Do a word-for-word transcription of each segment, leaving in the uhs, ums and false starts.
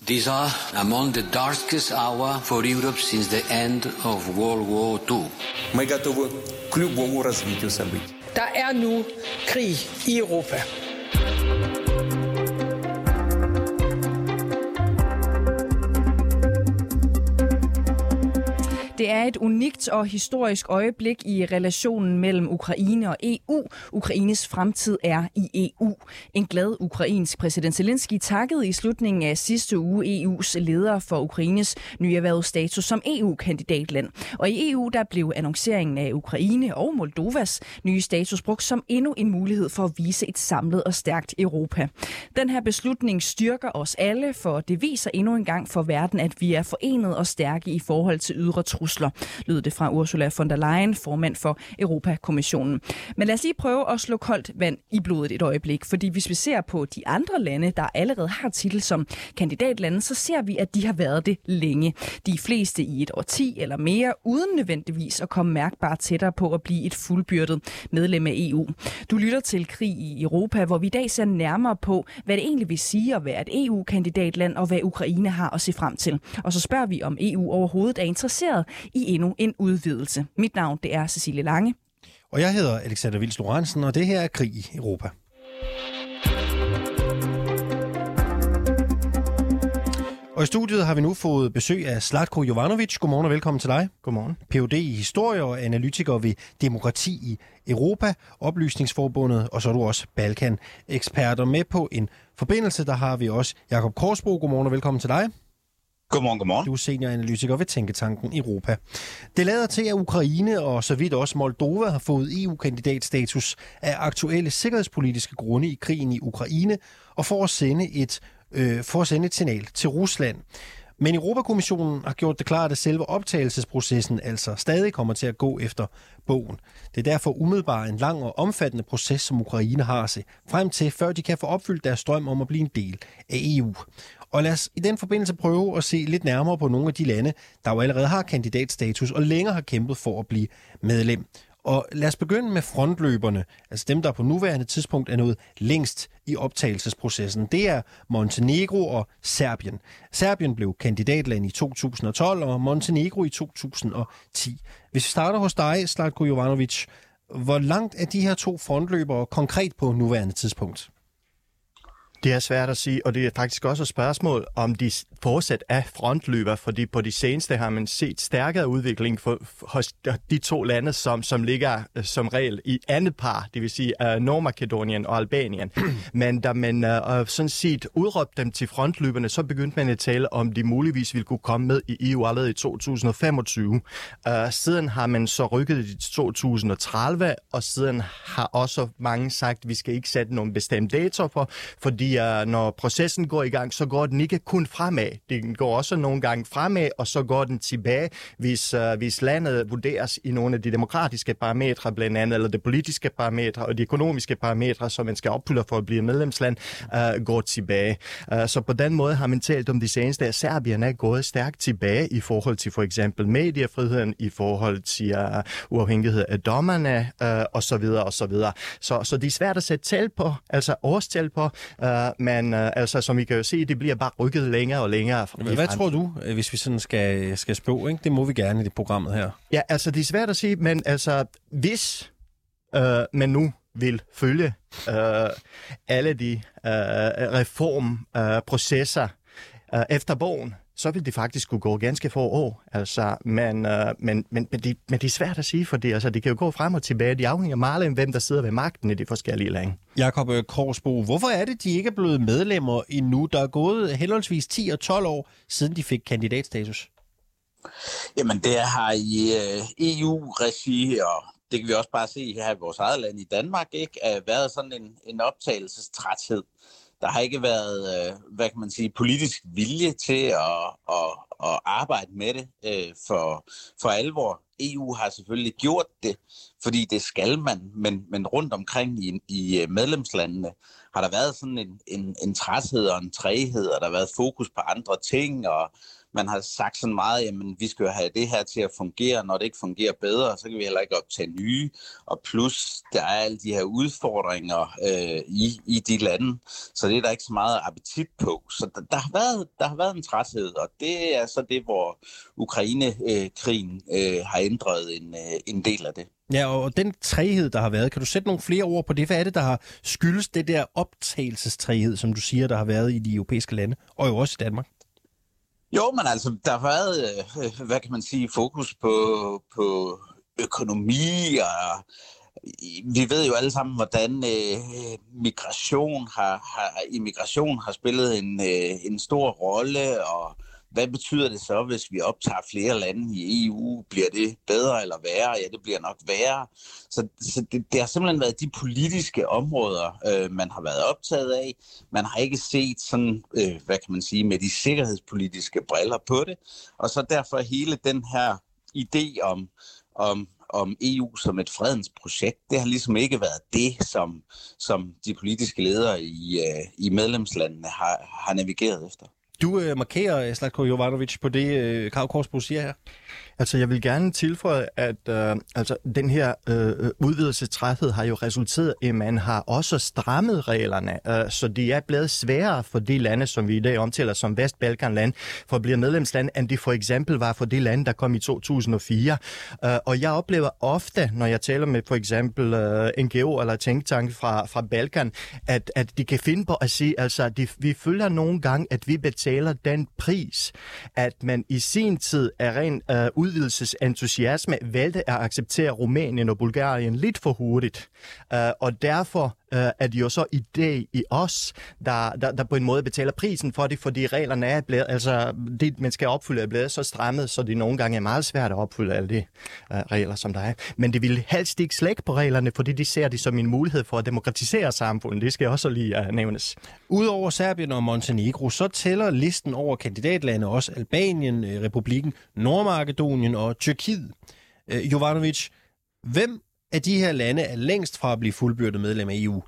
These are among the darkest hours for Europe since the end of World War Two. Мы готовы к любому развитию событий. Der er nu krig i Europa. Det er et unikt og historisk øjeblik i relationen mellem Ukraine og E U. Ukraines fremtid er i E U. En glad ukrainsk præsident Zelensky takkede i slutningen af sidste uge E U's leder for Ukraines nyerhvervede status som E U-kandidatland. Og i E U der blev annonceringen af Ukraine og Moldovas nye status brugt som endnu en mulighed for at vise et samlet og stærkt Europa. Den her beslutning styrker os alle, for det viser endnu en gang for verden, at vi er forenet og stærke i forhold til ydre trusler. Lød det fra Ursula von der Leyen, formand for Europakommissionen. Men lad os lige prøve at slå koldt vand i blodet et øjeblik, fordi hvis vi ser på de andre lande, der allerede har titel som kandidatlande, så ser vi, at de har været det længe. De fleste i et årti eller mere, uden nødvendigvis at komme mærkbart tættere på at blive et fuldbyrdet medlem af E U. Du lytter til Krig i Europa, hvor vi i dag ser nærmere på, hvad det egentlig vil sige at være et E U-kandidatland, og hvad Ukraine har at se frem til. Og så spørger vi, om E U overhovedet er interesseret i endnu en udvidelse. Mit navn, det er Cecilie Lange. Og jeg hedder Alexander Vils Lorentzen, og det her er Krig i Europa. Og i studiet har vi nu fået besøg af Zlatko Jovanovic. Godmorgen og velkommen til dig. Godmorgen. P H D i historie og analytiker ved Demokrati i Europa, Oplysningsforbundet, og så er du også Balkan-eksperter med på en forbindelse. Der har vi også Jakob Korsbro. Godmorgen og velkommen til dig. Godmorgen, godmorgen. Du er senioranalytiker ved Tænketanken Europa. Det lader til, at Ukraine og så vidt også Moldova har fået E U-kandidatstatus af aktuelle sikkerhedspolitiske grunde i krigen i Ukraine og for at sende et, øh, for at sende et signal til Rusland. Men Europakommissionen har gjort det klart, at selve optagelsesprocessen altså stadig kommer til at gå efter bogen. Det er derfor umiddelbart en lang og omfattende proces, som Ukraine har at se frem til, før de kan få opfyldt deres drøm om at blive en del af E U. Og lad os i den forbindelse prøve at se lidt nærmere på nogle af de lande, der jo allerede har kandidatstatus og længere har kæmpet for at blive medlem. Og lad os begynde med frontløberne, altså dem, der på nuværende tidspunkt er nået længst i optagelsesprocessen. Det er Montenegro og Serbien. Serbien blev kandidatland i to tusind og tolv og Montenegro i to tusind og ti. Hvis vi starter hos dig, Zlatko Jovanovic, hvor langt er de her to frontløbere konkret på nuværende tidspunkt? Det er svært at sige, og det er faktisk også et spørgsmål, om de fortsat er frontløber, fordi på de seneste har man set stærkere udvikling for, for, hos de to lande, som, som ligger uh, som regel i andet par, det vil sige uh, Nordmakedonien og Albanien. Men da man uh, sådan set udråbte dem til frontløberne, så begyndte man at tale om, de muligvis ville kunne komme med i E U allerede i to tusind og femogtyve. Uh, siden har man så rykket det til to tusind og tredive, og siden har også mange sagt, at vi skal ikke sætte nogen bestemt dato for, fordi når processen går i gang, så går den ikke kun fremad. Den går også nogle gange fremad, og så går den tilbage, hvis, uh, hvis landet vurderes i nogle af de demokratiske parametre, blandt andet, eller de politiske parametre og de økonomiske parametre, som man skal opfylde for at blive medlemsland, uh, går tilbage. Uh, så på den måde har man talt om de seneste, at Serbien er gået stærkt tilbage i forhold til for eksempel mediefriheden, i forhold til uh, uafhængighed af dommerne, uh, og så videre, og så videre. Så, så det er svært at sætte tal på, altså årstal på, uh, men uh, altså, som I kan jo se, det bliver bare rykket længere og længere. Men hvad tror du, hvis vi sådan skal, skal spå, ikke? Det må vi gerne i det programmet her. Ja, altså det er svært at sige, men altså hvis uh, man nu vil følge uh, alle de uh, reformprocesser uh, uh, efter bogen, så vil det faktisk kunne gå ganske få år. Altså, men, øh, men, men, men, det, men det er svært at sige, fordi altså, det kan jo gå frem og tilbage. De afhænger meget af, hvem der sidder ved magten i de forskellige lande. Jakob Korsbo, hvorfor er det, de ikke er blevet medlemmer endnu? Der er gået henholdsvis ti og tolv år, siden de fik kandidatstatus. Jamen, det har i øh, E U-regi, og det kan vi også bare se her i vores eget land i Danmark, ikke, været sådan en, en optagelsestræthed. Der har ikke været, hvad kan man sige, politisk vilje til at, at, at arbejde med det for, for alvor. E U har selvfølgelig gjort det, fordi det skal man, men, men rundt omkring i, i medlemslandene har der været sådan en, en, en træthed og en træghed, og der har været fokus på andre ting, og man har sagt sådan meget, jamen vi skal jo have det her til at fungere, når det ikke fungerer bedre, så kan vi heller ikke optage nye, og plus der er alle de her udfordringer øh, i, i de lande, så det er der ikke så meget appetit på. Så der, der, har, været, der har været en træthed, og det er så det, hvor Ukraine-krigen øh, har ændret en, øh, en del af det. Ja, og den træghed, der har været, kan du sætte nogle flere ord på det? Hvad er det, der har skyldes det der optagelsestræghed, som du siger, der har været i de europæiske lande, og jo også i Danmark? Jo, men altså, der har været, øh, hvad kan man sige, fokus på, på økonomi, og vi ved jo alle sammen, hvordan øh, migration har, har, immigration har spillet en, øh, en stor rolle, og hvad betyder det så, hvis vi optager flere lande i E U? Bliver det bedre eller værre? Ja, det bliver nok værre. Så, så det, det har simpelthen været de politiske områder, øh, man har været optaget af. Man har ikke set sådan, øh, hvad kan man sige, med de sikkerhedspolitiske briller på det. Og så derfor hele den her idé om, om, om E U som et fredens projekt, det har ligesom ikke været det, som, som de politiske ledere i, øh, i medlemslandene har, har navigeret efter. Du øh, markerer, Zlatko Jovanovic, på det, øh, Krav Korsbro siger her. Altså, jeg vil gerne tilføje, at øh, altså, den her øh, udvidelsestræthed har jo resulteret i, at man har også strammet reglerne, øh, så de er blevet sværere for de lande, som vi i dag omtaler som Vestbalkanland, for at blive medlemsland, end de for eksempel var for de lande, der kom i to tusind og fire. Øh, og jeg oplever ofte, når jeg taler med for eksempel øh, N G O eller tænketank fra, fra Balkan, at, at de kan finde på at sige, altså, at de, vi føler nogle gange, at vi betaler den pris, at man i sin tid er ren øh, udvidelsesentusiasme valgte at acceptere Rumænien og Bulgarien lidt for hurtigt. Uh, og derfor uh, er det jo så i dag i os, der, der, der på en måde betaler prisen for det, fordi reglerne er blevet, altså det, man skal opfylde, er blevet så strammet, så det nogle gange er meget svært at opfylde alle de uh, regler, som der er. Men det vil helst ikke slække på reglerne, fordi de ser det som en mulighed for at demokratisere samfundet. Det skal også lige uh, nævnes. Udover Serbien og Montenegro, så tæller listen over kandidatlande også Albanien, Republikken Nordmakedonien og Tyrkiet. Øh, Jovanovic, hvem af de her lande er længst fra at blive fuldbyrdet medlem af E U?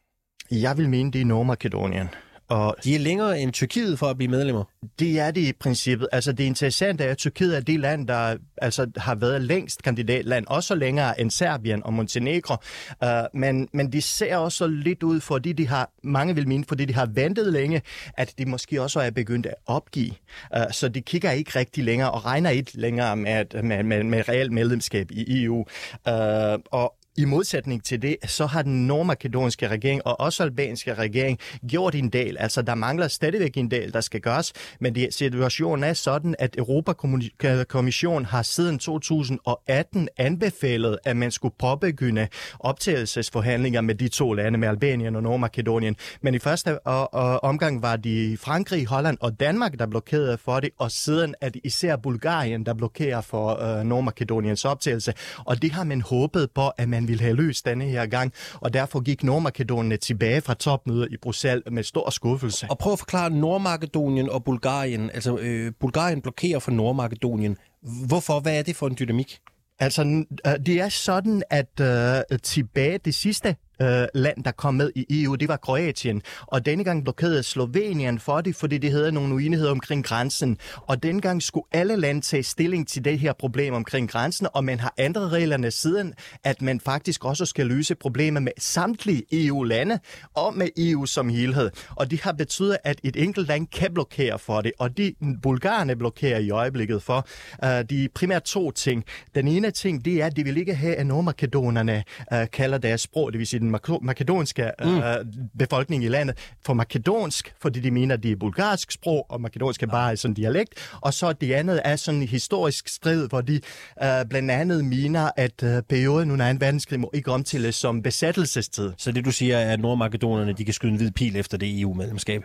Jeg vil mene, det er Nordmakedonien. Og de er længere end Tyrkiet for at blive medlemmer? Det er det i princippet. Altså det interessante er, at Tyrkiet er det land, der altså, har været længst kandidatland, også længere end Serbien og Montenegro. Uh, men, men de ser også lidt ud, fordi de har, mange vil mene, fordi de har ventet længe, at de måske også er begyndt at opgive. Uh, så de kigger ikke rigtig længere og regner ikke længere med, med, med, med reelt medlemskab i E U. Uh, og I modsætning til det, så har den nordmakedonske regering og også albanske regering gjort en del. Altså, der mangler stadigvæk en del, der skal gøres, men det, situationen er sådan, at Europakommissionen har siden to tusind og atten anbefalet, at man skulle påbegynde optagelsesforhandlinger med de to lande, med Albanien og Nordmakedonien. Men i første omgang var det Frankrig, Holland og Danmark, der blokerede for det, og siden er det især Bulgarien, der blokerer for uh, Nordmakedoniens optagelse. Og det har man håbet på, at man ville have løst denne her gang, og derfor gik Nordmakedonien tilbage fra topmødet i Bruxelles med stor skuffelse. Og prøv at forklare Nordmakedonien og Bulgarien. Altså, øh, Bulgarien blokerer for Nordmakedonien. Hvorfor? Hvad er det for en dynamik? Altså, det er sådan, at uh, tilbage det sidste uh, land, der kom med i E U, det var Kroatien. Og denne gang blokerede Slovenien for det, fordi det havde nogle uenigheder omkring grænsen. Og denne gang skulle alle lande tage stilling til det her problem omkring grænsen, og man har ændret reglerne siden, at man faktisk også skal løse problemer med samtlige E U-lande og med E U som helhed. Og det har betydet, at et enkelt land kan blokere for det, og de bulgarerne blokerer i øjeblikket for. Uh, de primært to ting. Den ene ting, det er, at de vil ikke have, at nordmakedonerne uh, kalder deres sprog, det vil sige den makedonske uh, mm. befolkning i landet, for makedonsk, fordi de mener, at det er bulgarsk sprog, og makedonsk er bare sådan en dialekt. Og så det andet er sådan en historisk strid, hvor de uh, blandt andet mener, at uh, perioden under anden verdenskrig må ikke omtales som besættelsestid. Så det du siger er, at nordmakedonerne de kan skyde en hvid pil efter det E U-medlemskab?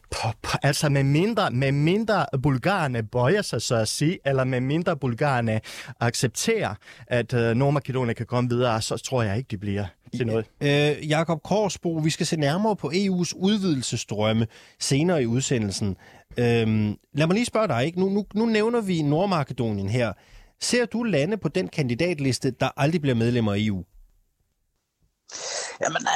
Altså med mindre, med mindre bulgarerne bøjer sig, så at sige, eller med mindre bulgarerne accepterer, at uh, Nordmakedonien kan komme videre, så tror jeg ikke, de bliver til noget. Øh, Jakob Korsbro, vi skal se nærmere på E U's udvidelsesstrømme senere i udsendelsen. Øhm, lad mig lige spørge dig, ikke? Nu, nu, nu nævner vi Nordmakedonien her. Ser du lande på den kandidatliste, der aldrig bliver medlemmer af E U? Jamen, øh,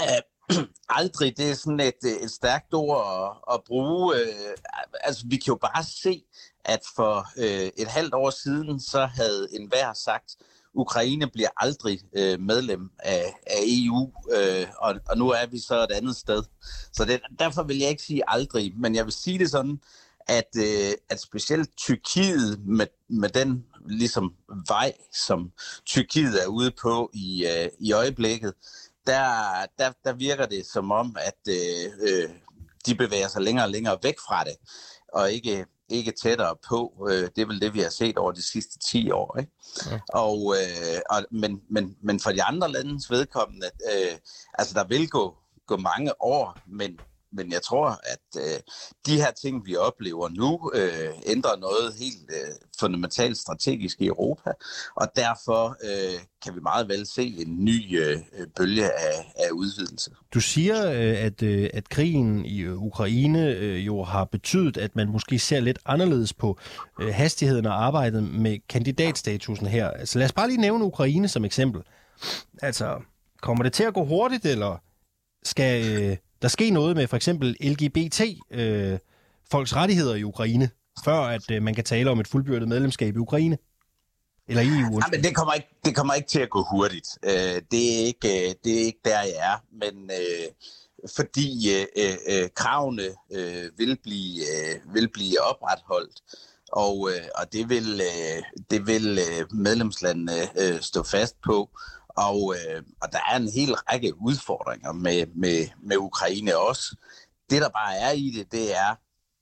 aldrig, det er sådan et, et stærkt ord at, at bruge. Altså, vi kan jo bare se, at for øh, et halvt år siden, så havde enhver sagt, Ukraine bliver aldrig øh, medlem af, af E U, øh, og, og nu er vi så et andet sted. Så det, derfor vil jeg ikke sige aldrig, men jeg vil sige det sådan, at, øh, at specielt Tyrkiet med, med den ligesom vej, som Tyrkiet er ude på i, øh, i øjeblikket, der, der, der virker det som om, at øh, de bevæger sig længere og længere væk fra det, og ikke, ikke tættere på. Det er vel det, vi har set over de sidste ti år. Ikke? Ja. Og, øh, og, men, men, men for de andre landes vedkommende, øh, altså der vil gå, gå mange år, men Men jeg tror, at øh, de her ting, vi oplever nu, øh, ændrer noget helt øh, fundamentalt strategisk i Europa. Og derfor øh, kan vi meget vel se en ny øh, bølge af, af udvidelse. Du siger, øh, at, øh, at krigen i Ukraine øh, jo har betydet, at man måske ser lidt anderledes på øh, hastigheden og arbejdet med kandidatstatusen her. Altså lad os bare lige nævne Ukraine som eksempel. Altså, kommer det til at gå hurtigt, eller skal... Øh, der sker noget med for eksempel L G B T, øh, folks rettigheder i Ukraine, før at øh, man kan tale om et fuldbyrdet medlemskab i Ukraine? Eller E U? Nej, men det kommer, ikke, det kommer ikke til at gå hurtigt. Øh, det, er ikke, det er ikke der, jeg er. Men øh, fordi øh, øh, kravene øh, vil, blive, øh, vil blive opretholdt, og, øh, og det vil, øh, det vil øh, medlemslandene øh, stå fast på. Og, øh, og der er en hel række udfordringer med, med, med Ukraine også. Det, der bare er i det, det er,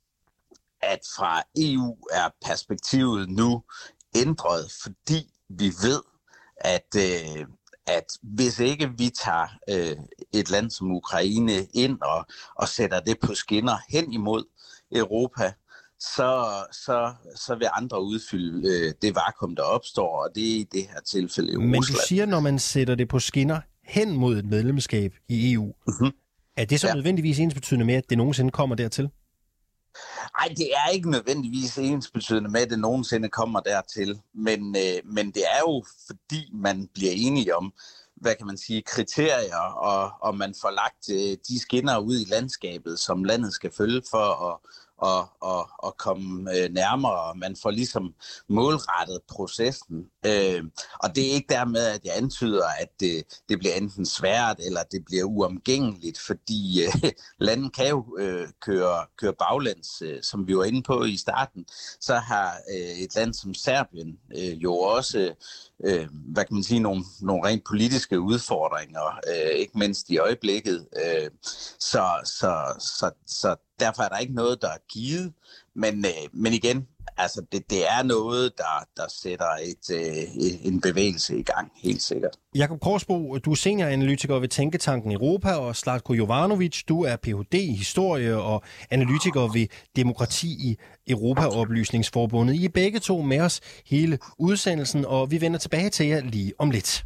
at fra E U er perspektivet nu ændret, fordi vi ved, at, øh, at hvis ikke vi tager øh, et land som Ukraine ind og, og sætter det på skinner hen imod Europa, Så, så, så vil andre udfylde øh, det vakuum, der opstår, og det er i det her tilfælde i Rusland. Men du siger, når man sætter det på skinner hen mod et medlemskab i E U, mm-hmm. er det så ja. nødvendigvis ensbetydende med, at det nogensinde kommer dertil? Nej, det er ikke nødvendigvis ensbetydende med, at det nogensinde kommer dertil, men, øh, men det er jo, fordi man bliver enige om, hvad kan man sige, kriterier, og, og man får lagt øh, de skinner ud i landskabet, som landet skal følge for at Og, og, og komme øh, nærmere. Man får ligesom målrettet processen. Øh, og det er ikke dermed, at jeg antyder, at det, det bliver enten svært, eller det bliver uomgængeligt, fordi øh, landet kan jo øh, køre, køre baglæns, øh, som vi var inde på i starten. Så har øh, et land som Serbien øh, jo også, øh, hvad kan man sige, nogle, nogle rent politiske udfordringer, øh, ikke mindst i øjeblikket. Øh, så, så, så, så derfor er der ikke noget, der er givet, men, øh, men igen, altså det, det er noget, der, der sætter et, øh, en bevægelse i gang, helt sikkert. Jakob Korsbo, du er senioranalytiker ved Tænketanken Europa, og Zlatko Jovanovic, du er P H D i historie og analytiker ved Demokrati i Europa-oplysningsforbundet. I er begge to med os hele udsendelsen, og vi vender tilbage til jer lige om lidt.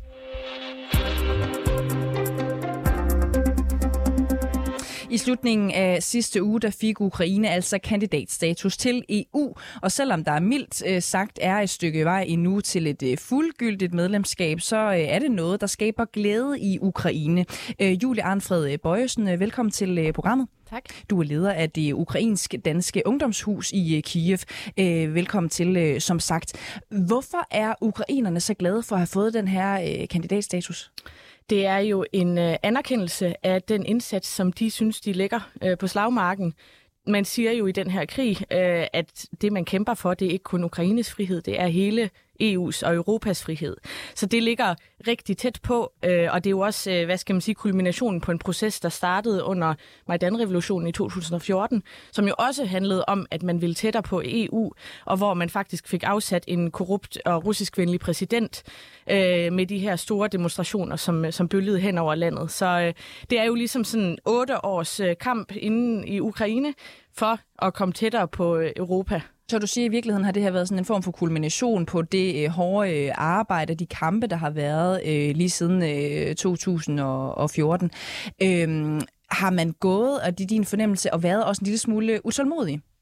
I slutningen af sidste uge, der fik Ukraine altså kandidatstatus til E U, og selvom der er mildt øh, sagt er et stykke vej endnu til et øh, fuldgyldigt medlemskab, så øh, er det noget, der skaber glæde i Ukraine. Øh, Julie Arnfred Bojesen, øh, velkommen til øh, programmet. Tak. Du er leder af det ukrainsk-danske ungdomshus i øh, Kiev. Øh, velkommen til, øh, som sagt. Hvorfor er ukrainerne så glade for at have fået den her øh, kandidatstatus? Det er jo en øh, anerkendelse af den indsats, som de synes, de lægger øh, på slagmarken. Man siger jo i den her krig, øh, at det, man kæmper for, det er ikke kun Ukraines frihed, det er hele E U's og Europas frihed. Så det ligger rigtig tæt på, øh, og det er jo også, øh, hvad skal man sige, kulminationen på en proces, der startede under Majdan-revolutionen i to tusind og fjorten, som jo også handlede om, at man ville tættere på E U, og hvor man faktisk fik afsat en korrupt og russisk-venlig præsident øh, med de her store demonstrationer, som, som bølgede hen over landet. Så øh, det er jo ligesom sådan otte års øh, kamp inden i Ukraine for at komme tættere på øh, Europa. Så du siger, at i virkeligheden har det her været sådan en form for kulmination på det øh, hårde øh, arbejde, de kampe, der har været øh, lige siden øh, to tusind og fjorten. Øh, har man gået, og det er din fornemmelse, og været også en lille smule utålmodig?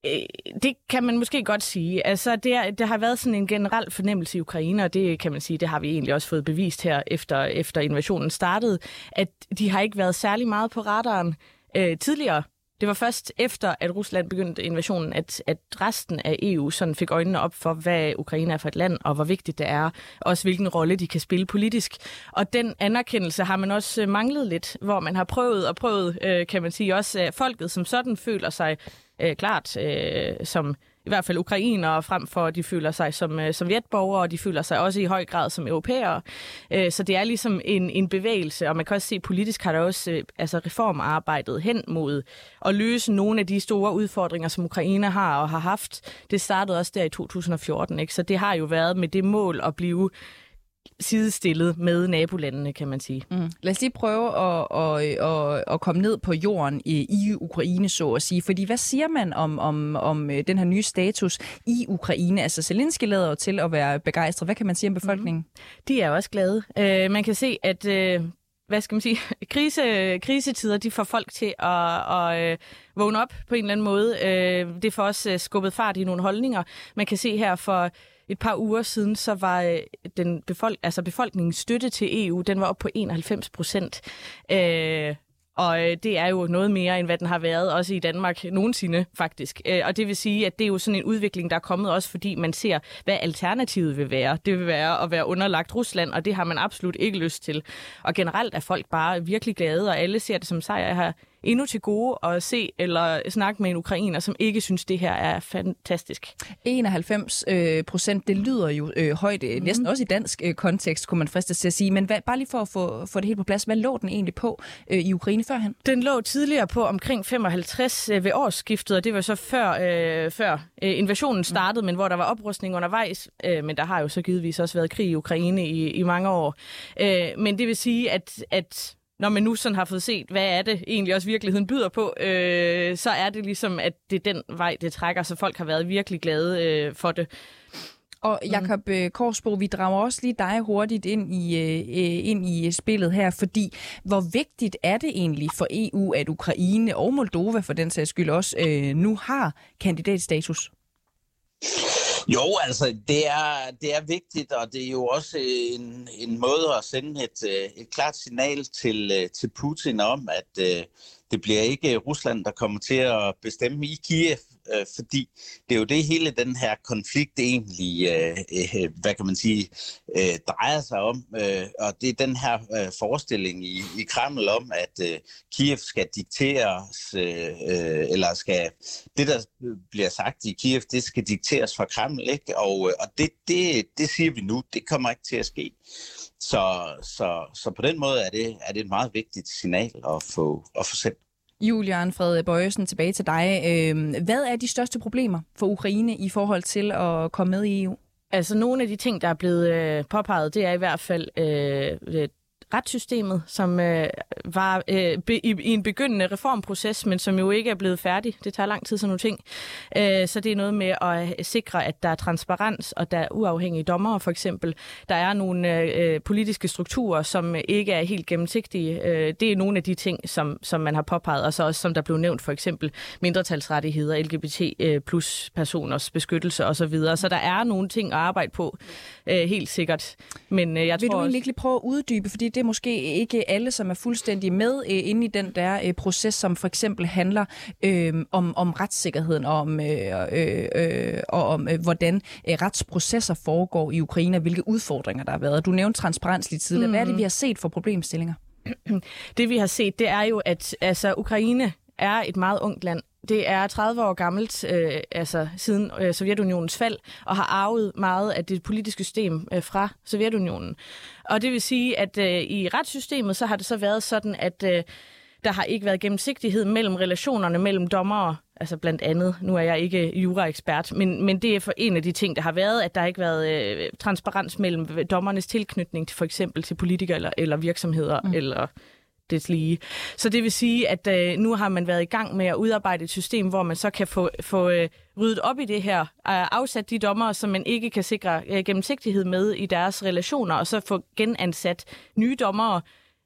Det kan man måske godt sige. Altså, det, er, det har været sådan en generel fornemmelse i Ukraine, og det kan man sige, det har vi egentlig også fået bevist her, efter, efter invasionen startede, at de har ikke været særlig meget på radaren øh, tidligere. Det var først efter, at Rusland begyndte invasionen, at, at resten af E U sådan fik øjnene op for, hvad Ukraine er for et land, og hvor vigtigt det er, også hvilken rolle de kan spille politisk. Og den anerkendelse har man også manglet lidt, hvor man har prøvet og prøvet, øh, kan man sige, også folket som sådan føler sig øh, klart øh, som i hvert fald ukrainere, frem for at de føler sig som øh, sovjetborgere, og de føler sig også i høj grad som europæere. Øh, så det er ligesom en, en bevægelse, og man kan også se, politisk har der også øh, altså reformarbejdet hen mod at løse nogle af de store udfordringer, som Ukraine har og har haft. Det startede også der i to tusind og fjorten, ikke? Så det har jo været med det mål at blive sidestillet med nabolandene, kan man sige. Mm. Lad os lige prøve at, at, at, at komme ned på jorden i, i Ukraine, så at sige. Fordi hvad siger man om, om, om den her nye status i Ukraine? Altså Zelensky lader jo til at være begejstret. Hvad kan man sige om befolkningen? Mm. De er også glade. Uh, man kan se, at uh, hvad skal man sige, Krise, krisetider, de får folk til at, at uh, vågne op på en eller anden måde. Uh, det får også uh, skubbet fart i nogle holdninger. Man kan se her for et par uger siden, så var den befolk- altså befolkningens støtte til E U, den var op på enoghalvfems procent. Øh, og det er jo noget mere, end hvad den har været, også i Danmark nogensinde faktisk. Øh, og det vil sige, at det er jo sådan en udvikling, der er kommet også, fordi man ser, hvad alternativet vil være. Det vil være at være underlagt Rusland, og det har man absolut ikke lyst til. Og generelt er folk bare virkelig glade, og alle ser det som sejr. Jeg har endnu til gode at se eller snakke med en ukrainer, som ikke synes, det her er fantastisk. enoghalvfems procent, det lyder jo øh, højt, mm-hmm. næsten også i dansk øh, kontekst, kunne man fristes til at sige. Men hvad, bare lige for at få, få det helt på plads, hvad lå den egentlig på øh, i Ukraine førhen? Den lå tidligere på omkring femoghalvtreds øh, ved årsskiftet, og det var så før, øh, før øh, invasionen startede, mm. men hvor der var oprustning undervejs. Øh, men der har jo så givetvis også været krig i Ukraine i, i mange år. Øh, men det vil sige, at, at når man nu sådan har fået set, hvad er det egentlig også virkeligheden byder på, øh, så er det ligesom, at det er den vej, det trækker, så folk har været virkelig glade øh, for det. Og Jakob mm. Korsbo, vi drager også lige dig hurtigt ind i, øh, ind i spillet her, fordi hvor vigtigt er det egentlig for E U, at Ukraine og Moldova for den sags skyld også øh, nu har kandidatstatus? Jo, altså det er, det er vigtigt, og det er jo også en, en måde at sende et, et klart signal til, til Putin om, at uh, det bliver ikke Rusland, der kommer til at bestemme i Kiev, uh, fordi det er jo det hele den her konflikt egentlig, uh, uh, hvad kan man sige, uh, drejer sig om. Uh, og det er den her uh, forestilling i, i Kreml om, at uh, Kiev skal dikteres, uh, uh, eller skal det, der bliver sagt i Kiev, det skal dikteres fra Kreml, ikke? Og, og det, det, det siger vi nu, det kommer ikke til at ske. Så, så, så på den måde er det, er det et meget vigtigt signal at få, at få sendt. Julian Fred Bøjesen, tilbage til dig. Hvad er de største problemer for Ukraine i forhold til at komme med i E U? Altså nogle af de ting, der er blevet øh, påpeget, det er i hvert fald øh, retssystemet, som øh, var øh, be, i, i en begyndende reformproces, men som jo ikke er blevet færdig. Det tager lang tid, sådan nogle ting. Øh, så det er noget med at sikre, at der er transparens, og der er uafhængige dommere, for eksempel. Der er nogle øh, politiske strukturer, som ikke er helt gennemsigtige. Øh, det er nogle af de ting, som, som man har påpeget, og så også, som der blev nævnt, for eksempel mindretalsrettigheder, L G B T plus personers beskyttelse osv. Så, så der er nogle ting at arbejde på, øh, helt sikkert. Men øh, jeg Vil tror du egentlig også... ikke prøve at uddybe, fordi det er måske ikke alle, som er fuldstændig med øh, inde i den der øh, proces, som for eksempel handler øh, om, om retssikkerheden og om, øh, øh, øh, og om øh, hvordan øh, retsprocesser foregår i Ukraine, og hvilke udfordringer der har været. Du nævnte transparens lige tidligere. Mm. Hvad er det, vi har set for problemstillinger? Det, vi har set, det er jo, at altså, Ukraine er et meget ungt land. Det er tredive år gammelt, øh, altså siden øh, Sovjetunionens fald, og har arvet meget af det politiske system øh, fra Sovjetunionen. Og det vil sige, at øh, i retssystemet, så har det så været sådan, at øh, der har ikke været gennemsigtighed mellem relationerne mellem dommere, altså blandt andet, nu er jeg ikke juraekspert, men, men det er for en af de ting, der har været, at der ikke har været øh, transparens mellem dommernes tilknytning til for eksempel til politikere eller, eller virksomheder, mm. eller det lige. Så det vil sige, at øh, nu har man været i gang med at udarbejde et system, hvor man så kan få, få øh, ryddet op i det her, øh, afsat de dommere, som man ikke kan sikre øh, gennemsigtighed med i deres relationer, og så få genansat nye dommere,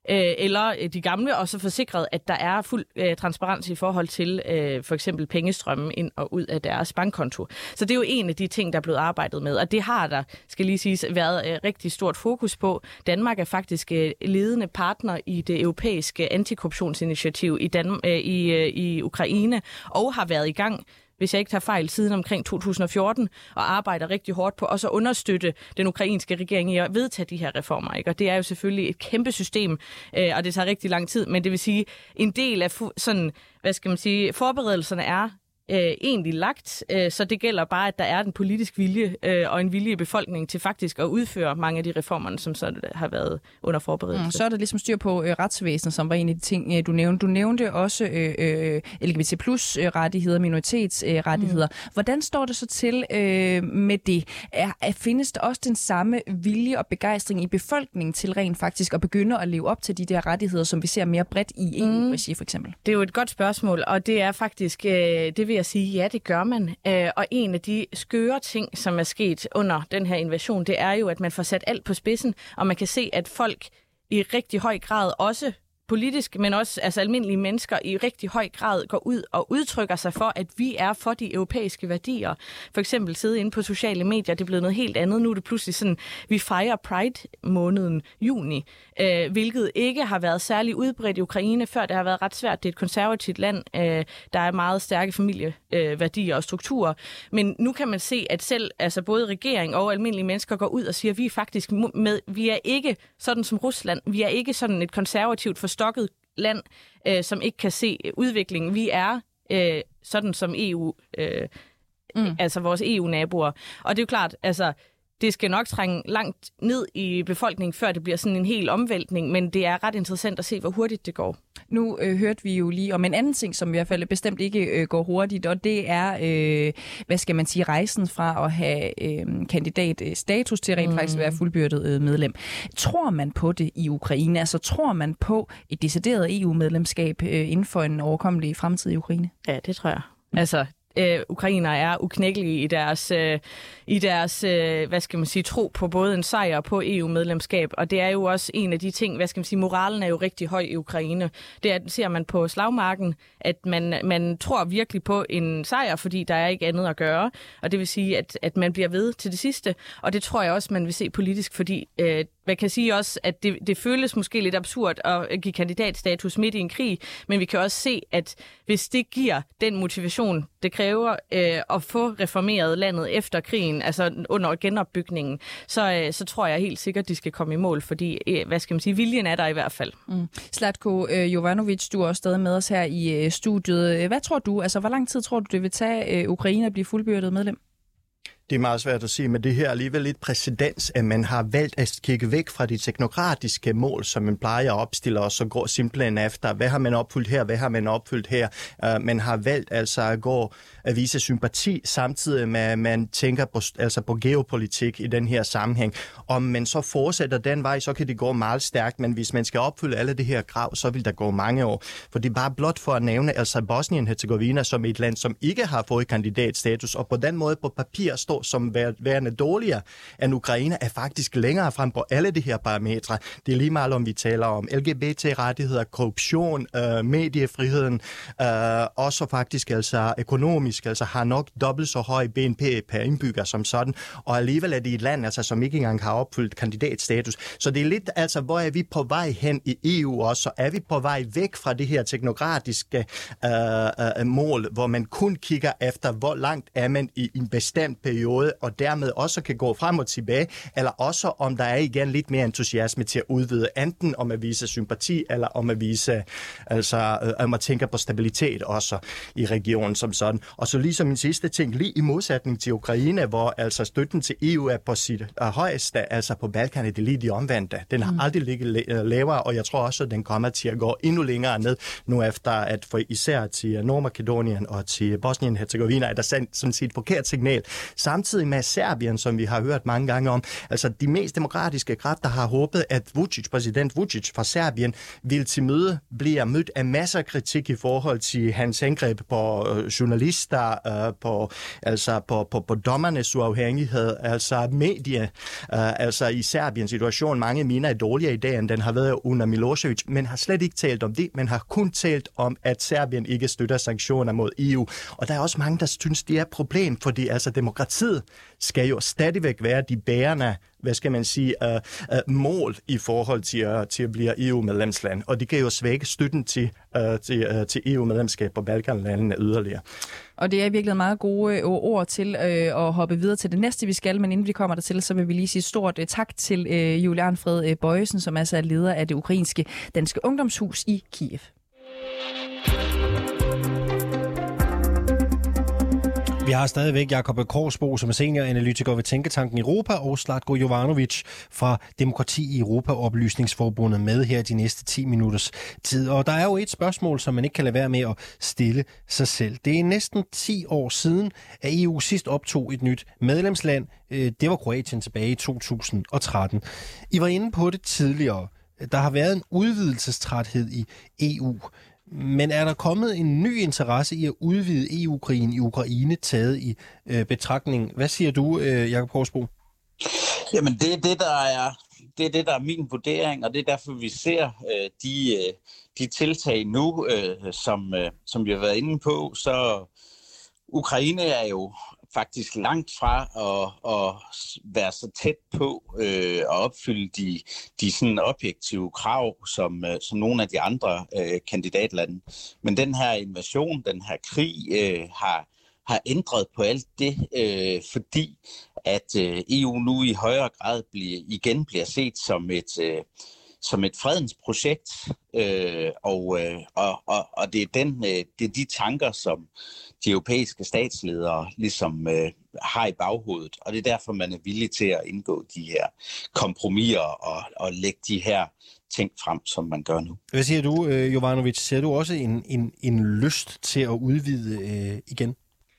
øh, eller de gamle, og så forsikret, at der er fuld øh, transparens i forhold til øh, for eksempel pengestrømmen ind og ud af deres bankkonto. Så det er jo en af de ting, der er blevet arbejdet med, og det har der, skal lige siges, været øh, rigtig stort fokus på. Danmark er faktisk øh, ledende partner i det europæiske antikorruptionsinitiativ i, Dan- øh, i, øh, i Ukraine, og har været i gang, hvis jeg ikke tager fejl, siden omkring to tusind og fjorten, og arbejder rigtig hårdt på også at understøtte den ukrainske regering i at vedtage de her reformer. Ikke? Og det er jo selvfølgelig et kæmpe system, øh, og det tager rigtig lang tid, men det vil sige, en del af fu- sådan, hvad skal man sige, forberedelserne er øh, egentlig lagt, øh, så det gælder bare, at der er en politisk vilje øh, og en vilje i befolkningen til faktisk at udføre mange af de reformer, som så har været under forberedelse. Mm, så er der ligesom styr på øh, retsvæsenet, som var en af de ting, øh, du nævnte. Du nævnte også øh, øh, L G B T plus rettigheder, minoritetsrettigheder. Øh, mm. Hvordan står det så til øh, med det? Er, er, findes der også den samme vilje og begejstring i befolkningen til rent faktisk at begynde at leve op til de der rettigheder, som vi ser mere bredt i E U-regi for eksempel? Det er jo et godt spørgsmål, og det er faktisk, øh, det vil jeg sige, ja, det gør man. Øh, og en af de skøre ting, som er sket under den her invasion, det er jo, at man får sat alt på spidsen, og man kan se, at folk i rigtig høj grad også politisk, men også altså almindelige mennesker i rigtig høj grad går ud og udtrykker sig for, at vi er for de europæiske værdier. For eksempel sidde inde på sociale medier, det er blevet noget helt andet. Nu er det pludselig sådan, vi fejrer Pride-måneden juni, øh, hvilket ikke har været særlig udbredt i Ukraine, før det har været ret svært. Det er et konservativt land, øh, der er meget stærke familieværdier og strukturer. Men nu kan man se, at selv altså både regering og almindelige mennesker går ud og siger, at vi er faktisk med, vi er ikke sådan som Rusland, vi er ikke sådan et konservativt forstokket land, øh, som ikke kan se udviklingen. Vi er øh, sådan som E U, øh, mm. altså vores E U-naboer. Og det er jo klart, altså det skal nok trænge langt ned i befolkningen, før det bliver sådan en hel omvæltning, men det er ret interessant at se, hvor hurtigt det går. Nu øh, hørte vi jo lige om en anden ting, som i hvert fald bestemt ikke øh, går hurtigt, og det er, øh, hvad skal man sige, rejsen fra at have øh, kandidatstatus til rent mm. faktisk at være fuldbyrdet øh, medlem. Tror man på det i Ukraine? Altså tror man på et decideret E U-medlemskab øh, inden for en overkommelig fremtid i Ukraine? Ja, det tror jeg. Altså Øh, ukrainere er uknækkelige i deres, øh, i deres øh, hvad skal man sige, tro på både en sejr på E U-medlemskab, og det er jo også en af de ting, hvad skal man sige, moralen er jo rigtig høj i Ukraine. Det er, ser man på slagmarken, at man, man tror virkelig på en sejr, fordi der er ikke andet at gøre, og det vil sige, at, at man bliver ved til det sidste, og det tror jeg også, man vil se politisk, fordi øh, man kan sige også, at det, det føles måske lidt absurd at give kandidatstatus midt i en krig, men vi kan også se, at hvis det giver den motivation, det kræver øh, at få reformeret landet efter krigen, altså under genopbygningen, så, øh, så tror jeg helt sikkert, de skal komme i mål, fordi, øh, hvad skal man sige, viljen er der i hvert fald. Mm. Zlatko øh, Jovanovic, du er også stadig med os her i øh, studiet. Hvad tror du, altså hvor lang tid tror du, det vil tage øh, Ukraine at blive fuldbyrdet medlem? Det er meget svært at sige, men det her er alligevel lidt præcedens, at man har valgt at kigge væk fra de teknokratiske mål, som man plejer at opstille, og så går simpelthen efter, hvad har man opfyldt her, hvad har man opfyldt her. Uh, man har valgt altså at gå at vise sympati, samtidig med, at man tænker på, altså på geopolitik i den her sammenhæng. Om man så fortsætter den vej, så kan det gå meget stærkt, men hvis man skal opfylde alle det her krav, så vil der gå mange år. For det er bare blot for at nævne, altså Bosnien-Herzegovina som et land, som ikke har fået kandidatstatus, og på den måde på papir står som værende dårligere end Ukraine, er faktisk længere frem på alle de her parametre. Det er lige meget om vi taler om L G B T-rettigheder, korruption, øh, mediefriheden, øh, også faktisk altså økonomisk, altså har nok dobbelt så høj B N P per indbygger som sådan, og alligevel er det et land, altså, som ikke engang har opfyldt kandidatstatus. Så det er lidt, altså, hvor er vi på vej hen i E U også? Så er vi på vej væk fra det her teknokratiske øh, øh, mål, hvor man kun kigger efter, hvor langt er man i en bestemt periode, og dermed også kan gå frem og tilbage, eller også om der er igen lidt mere entusiasme til at udvide, enten om at vise sympati, eller om at vise, altså øh, om at tænke på stabilitet også i regionen som sådan. Og så ligesom en sidste ting, lige i modsætning til Ukraine, hvor altså støtten til E U er på sit uh, højeste, altså på Balkan er det lige de omvendte. Den har mm. aldrig ligget lavere, og jeg tror også, at den kommer til at gå endnu længere ned, nu efter at for især til Nordmakedonien og til Bosnien-Herzegovina er der sendt sådan set forkert signal. samtidig med Serbien, som vi har hørt mange gange om. Altså de mest demokratiske kræfter har håbet, at Vučić, præsident Vučić fra Serbien, vil til møde blive mødt af masser af kritik i forhold til hans angreb på øh, journalister, øh, på, altså på, på, på dommernes uafhængighed, altså medier, øh, altså i Serbiens situation. Mange mener er dårligere i dag, end den har været under Milošević, men har slet ikke talt om det, men har kun talt om, at Serbien ikke støtter sanktioner mod E U. Og der er også mange, der synes, det er et problem, fordi altså demokratiet skal jo stadigvæk være de bærende, hvad skal man sige, uh, uh, mål i forhold til, uh, til at blive E U-medlemsland. Og det kan jo svække støtten til, uh, til, uh, til E U-medlemskab på Balkanlandene yderligere. Og det er virkelig meget gode ord til øh, at hoppe videre til det næste, vi skal. Men inden vi kommer dertil, så vil vi lige sige stort øh, tak til øh, Julian Fred Bojesen, som altså er leder af det ukrainske danske ungdomshus i Kiev. Vi har stadigvæk Jakob Korsbo, som er senioranalytiker ved Tænketanken Europa, og Zlatko Jovanović fra Demokrati i Europa-oplysningsforbundet med her de næste ti minutters tid. Og der er jo et spørgsmål, som man ikke kan lade være med at stille sig selv. Det er næsten ti år siden, at E U sidst optog et nyt medlemsland. Det var Kroatien tilbage i to tusind og tretten. I var inde på det tidligere. Der har været en udvidelsestræthed i E U. Men er der kommet en ny interesse i at udvide E U-krigen i Ukraine taget i øh, betragtning? Hvad siger du, øh, Jakob Korsbo? Jamen det er det, der er, det er det, der er min vurdering, og det er derfor, vi ser øh, de, øh, de tiltag nu, øh, som, øh, som vi har været inde på. Så Ukraine er jo faktisk langt fra at, at være så tæt på øh, at opfylde de, de sådan objektive krav, som, øh, som nogle af de andre øh, kandidatlande. Men den her invasion, den her krig, øh, har, har ændret på alt det, øh, fordi at øh, E U nu i højere grad bliver, igen bliver set som et... Øh, som et fredens projekt, øh, og, øh, og, og, og det, er den, øh, det er de tanker, som de europæiske statsledere ligesom øh, har i baghovedet, og det er derfor, man er villig til at indgå de her kompromiser og, og lægge de her ting frem, som man gør nu. Hvad siger du, Jovanović? Ser du også en, en, en lyst til at udvide øh, igen?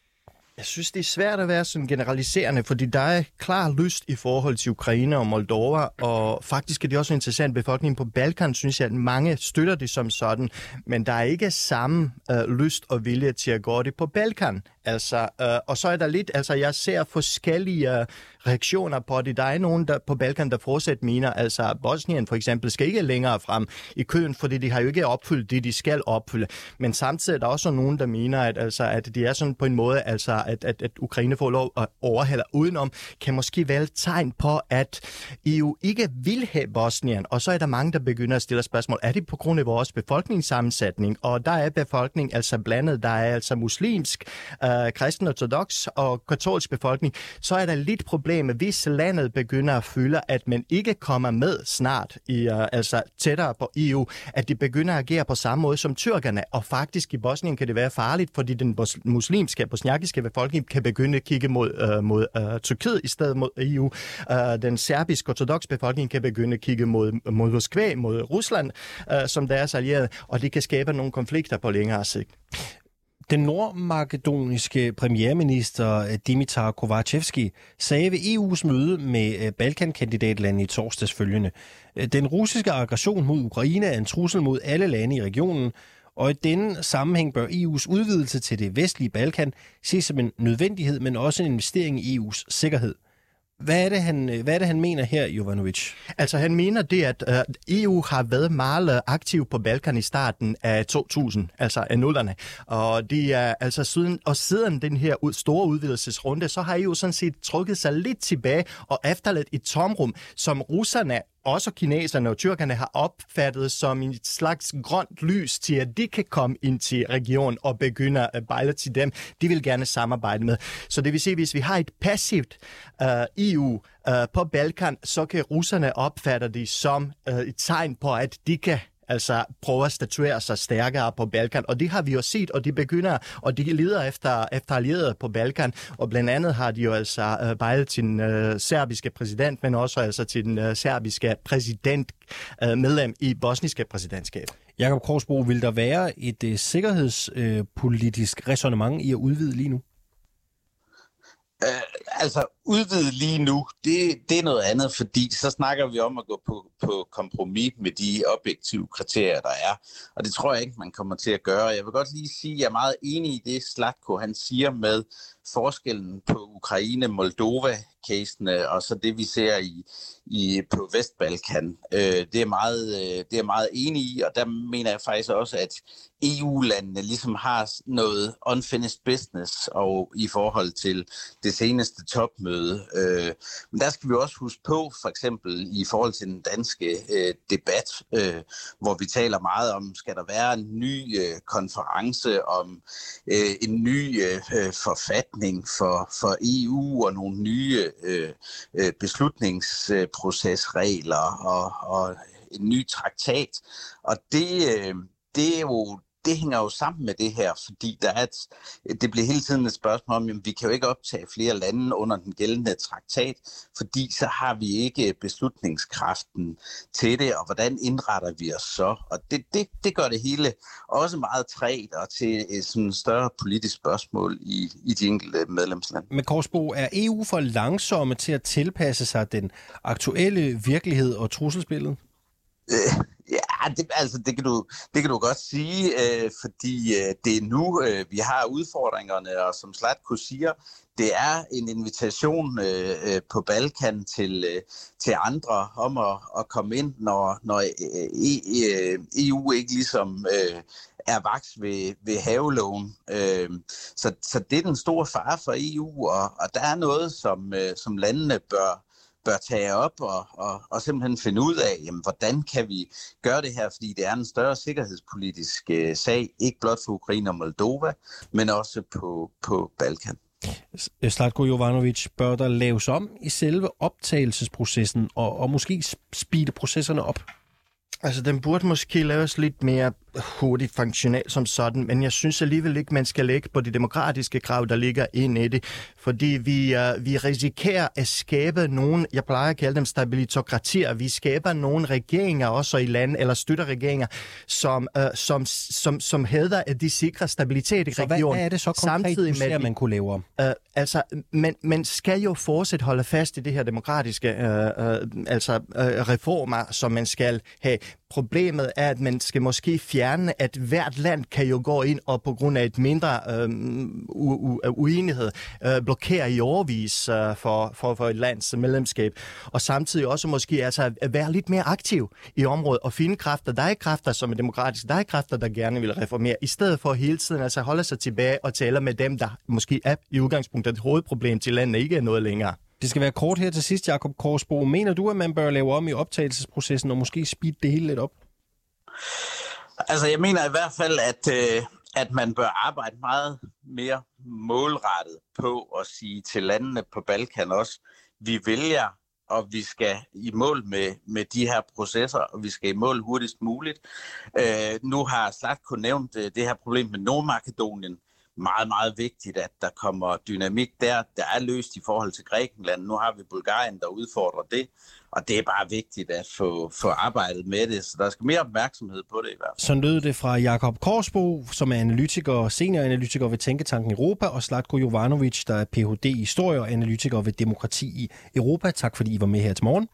Jeg synes, det er svært at være sådan generaliserende, fordi der er klar lyst i forhold til Ukraine og Moldova, og faktisk er det også interessant. Befolkningen på Balkan synes jeg, at mange støtter det som sådan, men der er ikke samme øh, lyst og vilje til at gå det på Balkan. Altså, øh, og så er der lidt, altså jeg ser forskellige øh, reaktioner på det. Der er nogen der på Balkan, der fortsat mener, altså Bosnien for eksempel skal ikke længere frem i køen, fordi de har jo ikke opfyldt det, de skal opfylde. Men samtidig er der også nogen, der mener, at, altså, at det er sådan på en måde, altså, at, at, at Ukraine får lov at overhælde udenom, kan måske være et tegn på, at E U ikke vil have Bosnien. Og så er der mange, der begynder at stille spørgsmål. Er det på grund af vores befolkningssammensætning? Og der er befolkning altså blandet. Der er altså muslimsk, øh, kristen ortodox og katolsk befolkning. Så er der lidt problemer, hvis landet begynder at føle, at man ikke kommer med snart, i, uh, altså tættere på E U, at de begynder at agere på samme måde som tyrkerne. Og faktisk i Bosnien kan det være farligt, fordi den muslimske, bosniakiske befolkning kan begynde at kigge mod, uh, mod uh, Tyrkiet i stedet mod E U. Uh, den serbiske ortodox befolkning kan begynde at kigge mod, mod Moskva, mod Rusland, uh, som deres allierede, og det kan skabe nogle konflikter på længere sigt. Den nordmakedoniske premierminister Dimitar Kovacevski sagde ved E U's møde med Balkankandidatlandene i torsdags følgende: den russiske aggression mod Ukraine er en trussel mod alle lande i regionen, og i denne sammenhæng bør E U's udvidelse til det vestlige Balkan ses som en nødvendighed, men også en investering i E U's sikkerhed. Hvad er det, han, hvad er det, han mener her, Jovanović? Altså, han mener det, at uh, E U har været meget aktiv på Balkan i starten af to tusind, altså af nullerne. Og, de er, altså, siden, og siden den her store udvidelsesrunde, så har E U sådan set trukket sig lidt tilbage og efterladt et tomrum, som russerne, også kineserne og tyrkerne, har opfattet som en slags grønt lys til, at de kan komme ind til regionen og begynde at bejle til dem. De vil gerne samarbejde med. Så det vil sige, hvis vi har et passivt uh, E U uh, på Balkan, så kan russerne opfatte det som uh, et tegn på, at de kan altså prøve at statuere sig stærkere på Balkan. Og det har vi jo set, og de begynder, og de leder efter, efter allierede på Balkan. Og blandt andet har de jo altså uh, bejlet til den uh, serbiske præsident, men også altså til den uh, serbiske præsident, uh, medlem i bosniske præsidentskab. Jakob Korsbo, vil der være et uh, sikkerhedspolitisk uh, ræsonnement i at udvide lige nu? Uh, Altså, udvide lige nu, det, det er noget andet, fordi så snakker vi om at gå på, på kompromis med de objektive kriterier, der er. Og det tror jeg ikke, man kommer til at gøre. Jeg vil godt lige sige, at jeg er meget enig i det, Zlatko han siger med forskellen på Ukraine-Moldova-casene og så det, vi ser i, i, på Vestbalkan. Øh, det, er meget, øh, det er jeg meget enig i, og der mener jeg faktisk også, at E U-landene ligesom har noget unfinished business og i forhold til det seneste topmøde. Øh, men der skal vi også huske på, for eksempel i forhold til den danske øh, debat, øh, hvor vi taler meget om, skal der være en ny øh, konference om øh, en ny øh, forfatning for, for E U og nogle nye øh, øh, beslutningsprocesregler og, og en ny traktat. Og det, øh, det er jo Det hænger jo sammen med det her, fordi der er et, det bliver hele tiden et spørgsmål om, at vi kan jo ikke optage flere lande under den gældende traktat, fordi så har vi ikke beslutningskraften til det, og hvordan indretter vi os så? Og det, det, det gør det hele også meget trægt og til et sådan større politisk spørgsmål i, i de enkelte medlemslande. Men Korsbo, er E U for langsomme til at tilpasse sig den aktuelle virkelighed og trusselsbillede? Øh, ja, det, altså, det, kan du, det kan du godt sige, øh, fordi øh, det er nu, øh, vi har udfordringerne, og som Zlatko siger, det er en invitation øh, på Balkan til, øh, til andre om at, at komme ind, når, når øh, E U ikke ligesom øh, er vaks ved, ved havelågen. Øh, så, så det er den store fare for E U, og, og der er noget, som, øh, som landene bør bør tage op og, og, og simpelthen finde ud af, jamen, hvordan kan vi gøre det her, fordi det er en større sikkerhedspolitisk øh, sag, ikke blot for Ukraine og Moldova, men også på, på Balkan. Zlatko Jovanovic, bør der laves om i selve optagelsesprocessen og, og måske speede processerne op? Altså, den burde måske laves lidt mere hurtigt funktionelt som sådan, men jeg synes alligevel ikke, man skal lægge på de demokratiske krav, der ligger ind i det, fordi vi, uh, vi risikerer at skabe nogle, jeg plejer at kalde dem stabilitokratier, vi skaber nogle regeringer også i lande, eller støtter regeringer, som, uh, som, som, som hævder, at de sikrer stabilitet i så regionen. Hvad er det så konkret, du ser, at man kunne lave om? Uh, altså, man, man skal jo fortsat holde fast i det her demokratiske uh, uh, altså, uh, reformer, som man skal have. Problemet er, at man skal måske fjerne, at hvert land kan jo gå ind og på grund af et mindre øh, u- u- uenighed øh, blokere i overvis øh, for, for, for et lands medlemskab. Og samtidig også måske altså, at være lidt mere aktiv i området og finde kræfter. Der er kræfter, som er demokratiske. Der er kræfter, der gerne vil reformere. I stedet for hele tiden altså holde sig tilbage og tale med dem, der måske er i udgangspunktet et hovedproblem til landet ikke er noget længere. Det skal være kort her til sidst, Jakob Korsbo. Mener du, at man bør lave om i optagelsesprocessen og måske speede det hele lidt op? Altså, jeg mener i hvert fald, at, øh, at man bør arbejde meget mere målrettet på at sige til landene på Balkan også, vi vælger, og vi skal i mål med, med de her processer, og vi skal i mål hurtigst muligt. Øh, nu har Zlatko nævnt øh, det her problem med Nordmakedonien. Meget, meget vigtigt, at der kommer dynamik der. Der er løst i forhold til Grækenland. Nu har vi Bulgarien, der udfordrer det. Og det er bare vigtigt at få, få arbejdet med det. Så der skal mere opmærksomhed på det i hvert fald. Så lød det fra Jakob Korsbo, som er analytiker, senioranalytiker ved Tænketanken Europa, og Zlatko Jovanovic, der er P H D i historie og analytiker ved demokrati i Europa. Tak fordi I var med her til morgen.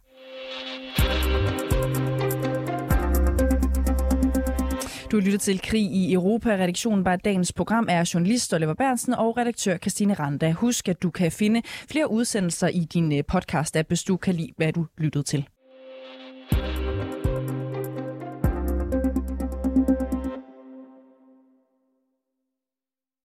Du lytter til Krig i Europa. Redaktionen bag dagens program er journalist Oliver Berntsen og redaktør Christine Randa. Husk, at du kan finde flere udsendelser i din podcast-app, hvis du kan lide, hvad du lyttede til.